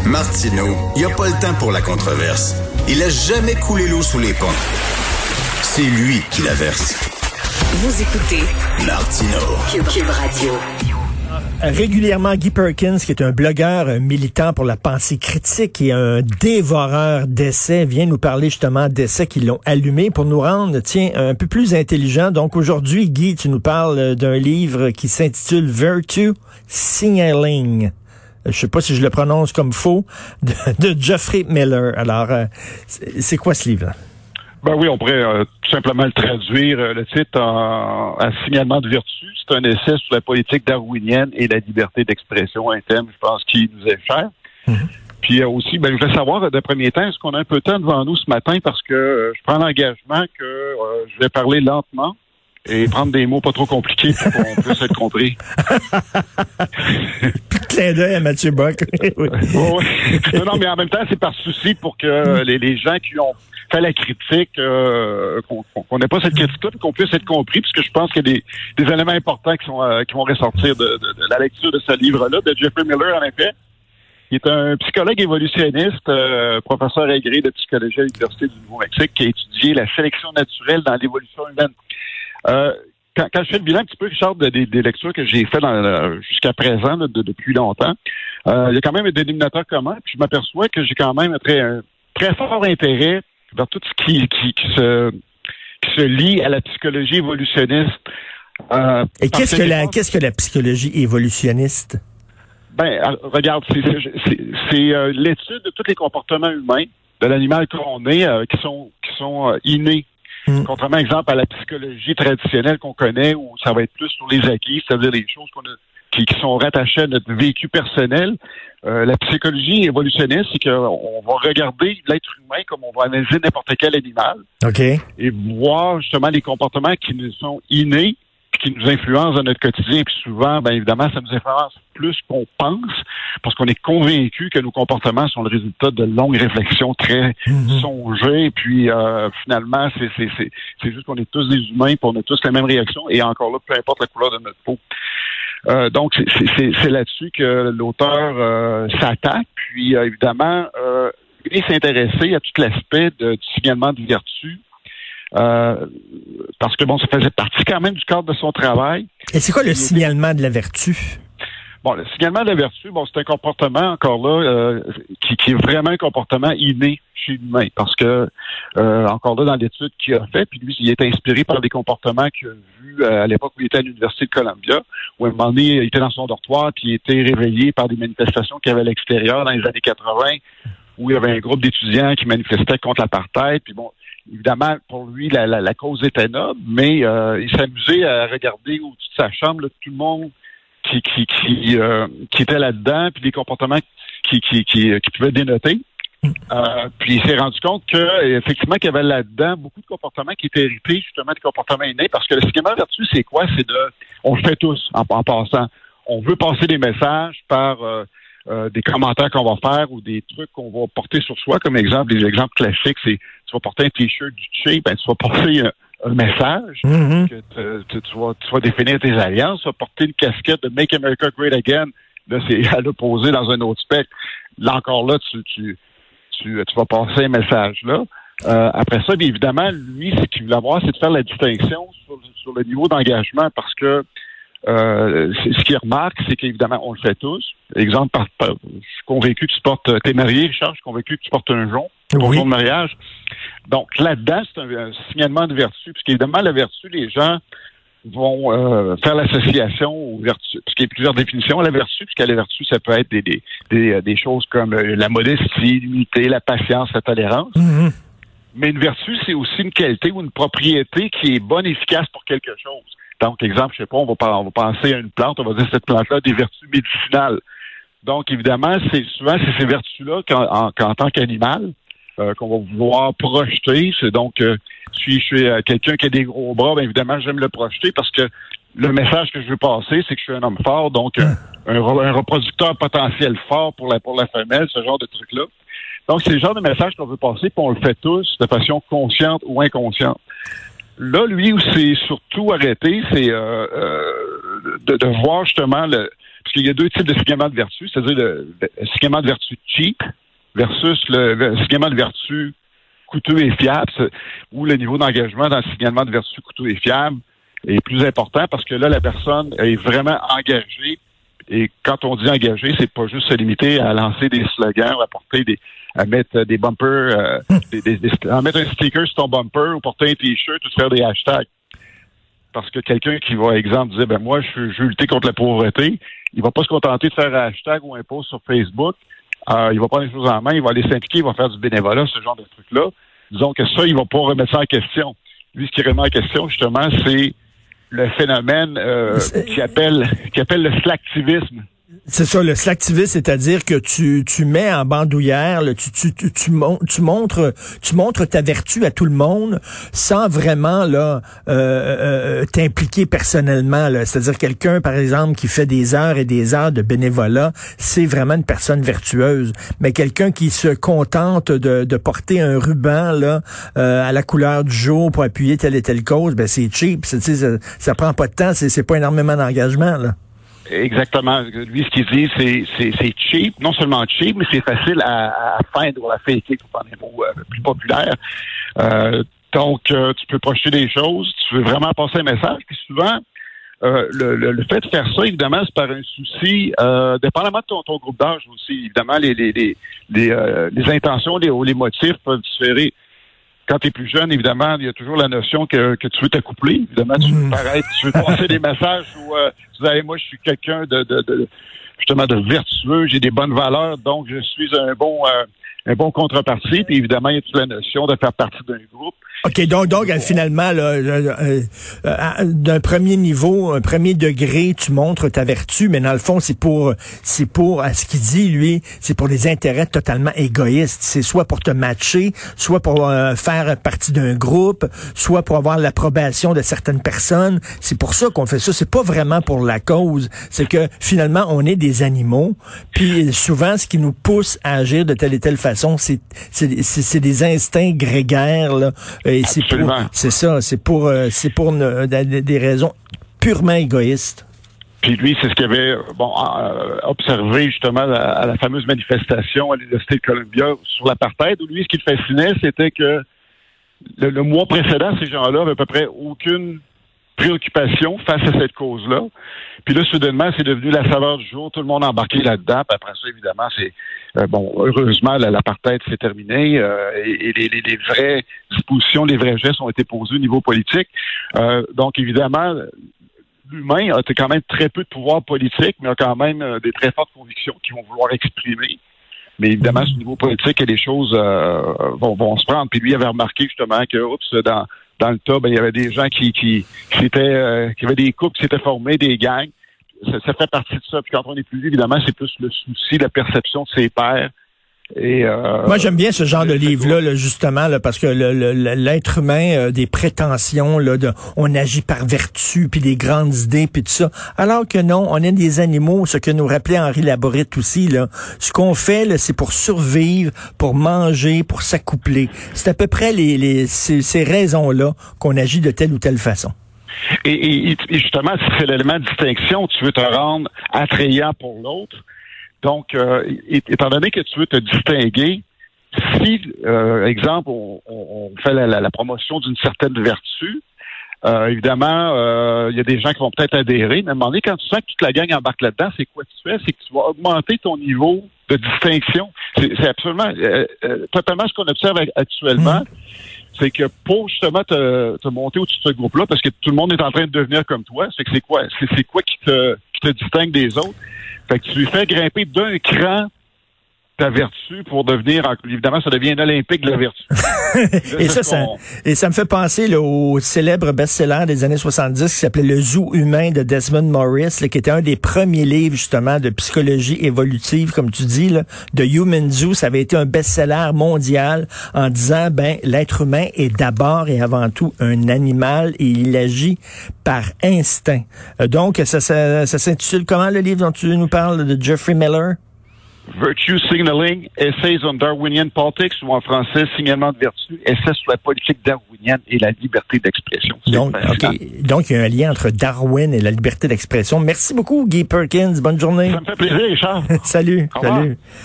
Martineau, il n'y a pas le temps pour la controverse. Il a jamais coulé l'eau sous les ponts. C'est lui qui la verse. Vous écoutez Martineau. Cube Radio. Régulièrement, Guy Perkins, qui est un blogueur, un militant pour la pensée critique et un dévoreur d'essais, vient nous parler justement d'essais qui l'ont allumé pour nous rendre, un peu plus intelligents. Donc aujourd'hui, Guy, tu nous parles d'un livre qui s'intitule Virtue Signaling. Je sais pas si je le prononce comme faux, de Geoffrey Miller. Alors, c'est quoi ce livre-là? Ben oui, on pourrait tout simplement le traduire, le titre en signalement de vertu. C'est un essai sur la politique darwinienne et la liberté d'expression, un thème, je pense, qui nous est cher. Mm-hmm. Puis aussi, je voulais savoir, de premier temps, est-ce qu'on a un peu de temps devant nous ce matin, parce que je prends l'engagement que je vais parler lentement et prendre des mots pas trop compliqués pour qu'on puisse être compris. Clin d'œil à Mathieu Bock. Oui. Non, mais en même temps, c'est par souci pour que les gens qui ont fait la critique, qu'on n'ait pas cette critique-là, puis qu'on puisse être compris, puisque je pense qu'il y a des éléments importants qui vont ressortir de la lecture de ce livre-là, de Geoffrey Miller, en effet, qui est un psychologue évolutionniste, professeur agrégé de psychologie à l'Université du Nouveau-Mexique, qui a étudié la sélection naturelle dans l'évolution humaine. Quand je fais le bilan un petit peu, Richard, des lectures que j'ai faites jusqu'à présent, depuis longtemps, il y a quand même un dénominateur commun, puis je m'aperçois que j'ai quand même un très fort intérêt vers tout ce qui se lie à la psychologie évolutionniste. Et qu'est-ce que la psychologie évolutionniste? Ben, regarde, c'est l'étude de tous les comportements humains, de l'animal qu'on est, qui sont innés. Contrairement, exemple, à la psychologie traditionnelle qu'on connaît, où ça va être plus sur les acquis, c'est-à-dire les choses qui sont rattachées à notre vécu personnel. La psychologie évolutionniste, c'est qu'on va regarder l'être humain comme on va analyser n'importe quel animal. OK. Et voir justement les comportements qui nous sont innés, puis qui nous influencent dans notre quotidien. Puis souvent, bien évidemment, ça nous influence plus qu'on pense, parce qu'on est convaincu que nos comportements sont le résultat de longues réflexions très songées. Puis finalement, c'est juste qu'on est tous des humains, puis on a tous la même réaction. Et encore là, peu importe la couleur de notre peau. Donc, c'est là-dessus que l'auteur s'attaque. Puis, évidemment, il s'est intéressé à tout l'aspect du signalement de vertu. Parce que, ça faisait partie quand même du cadre de son travail. Et c'est quoi le signalement de la vertu? Bon, le signalement de la vertu, c'est un comportement, encore là, qui est vraiment un comportement inné chez l'humain. Parce que, encore là, dans l'étude qu'il a fait, puis lui, il est inspiré par des comportements qu'il a vus à l'époque où il était à l'Université de Columbia, où à un moment donné, il était dans son dortoir, puis il était réveillé par des manifestations qu'il y avait à l'extérieur dans les années 80, où il y avait un groupe d'étudiants qui manifestaient contre l'apartheid. Puis évidemment, pour lui, la cause était noble, mais il s'amusait à regarder au-dessus de sa chambre, là, tout le monde qui était là-dedans, puis les comportements qui pouvaient dénoter. Puis il s'est rendu compte effectivement qu'il y avait là-dedans beaucoup de comportements qui étaient hérités justement des comportements innés, parce que le signalement de vertu, c'est quoi? On le fait tous en passant. On veut passer des messages par des commentaires qu'on va faire ou des trucs qu'on va porter sur soi. Comme exemple, les exemples classiques, c'est tu vas porter un t-shirt du Che, tu vas porter un message, que tu vas définir tes alliances, tu vas porter une casquette de Make America Great Again. Là, c'est à l'opposé dans un autre spectre. Là encore là, tu vas passer un message là. Après ça, bien évidemment, lui, ce qu'il voulait avoir, c'est de faire la distinction sur le niveau d'engagement, parce que ce qu'il remarque, c'est qu'évidemment, on le fait tous. Exemple, je suis convaincu que tu portes, t'es marié, Richard, je suis convaincu que tu portes un jonc, ton jonc de mariage. Donc, là-dedans, c'est un signalement de vertu, puisqu'évidemment, la vertu, les gens vont faire l'association aux vertus, puisqu'il y a plusieurs définitions à la vertu, puisqu'à la vertu, ça peut être des choses comme la modestie, l'humilité, la patience, la tolérance. Mais une vertu, c'est aussi une qualité ou une propriété qui est bonne et efficace pour quelque chose. Donc, exemple, je sais pas, on va penser à une plante, on va dire cette plante-là a des vertus médicinales. Donc, évidemment, c'est ces vertus-là qu'en tant qu'animal, qu'on va vouloir projeter. C'est donc, si je suis quelqu'un qui a des gros bras, bien évidemment, j'aime le projeter parce que le message que je veux passer, c'est que je suis un homme fort, donc un reproducteur potentiel fort pour la femelle, ce genre de truc-là. Donc, c'est le genre de message qu'on veut passer, puis on le fait tous de façon consciente ou inconsciente. Là, lui, où c'est surtout arrêté, c'est de voir justement parce qu'il y a deux types de signalements de vertu, c'est-à-dire le signalement de vertu cheap versus le signalement de vertu coûteux et fiable, où le niveau d'engagement dans le signalement de vertu coûteux et fiable est plus important parce que là, la personne est vraiment engagée. Et quand on dit engagé, c'est pas juste se limiter à lancer des slogans, à mettre des bumpers, à mettre un sticker sur ton bumper ou porter un t-shirt ou faire des hashtags. Parce que quelqu'un qui va, exemple, dire, moi, je veux lutter contre la pauvreté, il va pas se contenter de faire un hashtag ou un post sur Facebook. Il va prendre les choses en main, il va aller s'impliquer, il va faire du bénévolat, ce genre de trucs-là. Disons que ça, il va pas remettre ça en question. Lui, ce qu'il remet en question, justement, c'est le phénomène qui appelle le slacktivisme. C'est ça, le slacktivisme, c'est-à-dire que tu mets en bandoulière, là, tu montres ta vertu à tout le monde sans vraiment là t'impliquer personnellement. Là. C'est-à-dire quelqu'un, par exemple, qui fait des heures et des heures de bénévolat, c'est vraiment une personne vertueuse. Mais quelqu'un qui se contente de porter un ruban là à la couleur du jour pour appuyer telle et telle cause, ben c'est cheap. Ça prend pas de temps, c'est pas énormément d'engagement là. Exactement. Lui, ce qu'il dit, c'est cheap, non seulement cheap, mais c'est facile à feindre ou à faker, pour prendre un mot plus populaire. Donc, tu peux projeter des choses, tu veux vraiment passer un message, puis souvent, le fait de faire ça, évidemment, c'est par un souci, dépendamment de ton groupe d'âge aussi. Évidemment, les intentions, les motifs peuvent différer. Quand tu es plus jeune, évidemment, il y a toujours la notion que tu veux t'accoupler. Évidemment, tu veux paraître, tu veux passer des messages où tu dis, moi, je suis quelqu'un justement de vertueux, j'ai des bonnes valeurs, donc je suis un bon contrepartie. Puis évidemment, il y a toute la notion de faire partie d'un groupe. OK, donc finalement, d'un premier niveau, un premier degré, tu montres ta vertu, mais dans le fond, c'est pour à ce qu'il dit, lui, c'est pour des intérêts totalement égoïstes. C'est soit pour te matcher, soit pour faire partie d'un groupe, soit pour avoir l'approbation de certaines personnes. C'est pour ça qu'on fait ça. C'est pas vraiment pour la cause. C'est que finalement, on est des animaux, puis souvent, ce qui nous pousse à agir de telle et telle façon, c'est des instincts grégaires, là. Et c'est pour des raisons purement égoïstes. Puis lui, c'est ce qu'il avait observé justement à la fameuse manifestation à l'Université de Columbia sur l'apartheid, où lui, ce qui le fascinait, c'était que le mois précédent, ces gens-là avaient à peu près aucune préoccupation face à cette cause-là. Puis là, soudainement, c'est devenu la saveur du jour. Tout le monde a embarqué là-dedans. Puis après ça, évidemment, c'est heureusement, l'apartheid s'est terminé et les vraies dispositions, les vrais gestes ont été posés au niveau politique. Donc, évidemment, l'humain a quand même très peu de pouvoir politique, mais a quand même des très fortes convictions qu'ils vont vouloir exprimer. Mais évidemment, au niveau politique, les choses vont se prendre. Puis lui avait remarqué justement que, dans le tas, il y avait des gens qui avaient des couples qui s'étaient formés, des gangs. Ça fait partie de ça. Puis quand on est plus vieux, évidemment, c'est plus le souci, la perception de ses pairs. Et moi, j'aime bien ce genre de livre-là, justement, là, parce que l'être humain, des prétentions, là, on agit par vertu, puis des grandes idées, puis tout ça. Alors que non, on est des animaux, ce que nous rappelait Henri Laborit aussi, là. Ce qu'on fait, là, c'est pour survivre, pour manger, pour s'accoupler. C'est à peu près ces raisons-là qu'on agit de telle ou telle façon. Et justement, c'est l'élément de distinction. Tu veux te rendre attrayant pour l'autre. Donc, étant donné que tu veux te distinguer, si, exemple, on fait la promotion d'une certaine vertu, évidemment, il y a des gens qui vont peut-être adhérer, mais à un moment donné, quand tu sens que toute la gang embarque là-dedans, c'est quoi tu fais? C'est que tu vas augmenter ton niveau de distinction. C'est absolument, totalement ce qu'on observe actuellement. C'est que pour justement te monter au-dessus de ce groupe-là, parce que tout le monde est en train de devenir comme toi, c'est que c'est quoi qui te distingue des autres? Fait que tu lui fais grimper d'un cran ta vertu pour devenir, évidemment, ça devient un olympique de la vertu. Et ça me fait penser là, au célèbre best-seller des années 70 qui s'appelait Le Zoo humain de Desmond Morris, là, qui était un des premiers livres justement de psychologie évolutive, comme tu dis, là, de Human Zoo. Ça avait été un best-seller mondial en disant, l'être humain est d'abord et avant tout un animal et il agit par instinct. Donc, ça s'intitule comment le livre dont tu nous parles de Jeffrey Miller? Virtue Signaling, Essays on Darwinian Politics, ou en français, Signalement de vertu, Essais sur la politique darwinienne et la liberté d'expression. Donc, il y a un lien entre Darwin et la liberté d'expression. Merci beaucoup, Guy Perkins. Bonne journée. Ça me fait plaisir, Richard. Salut.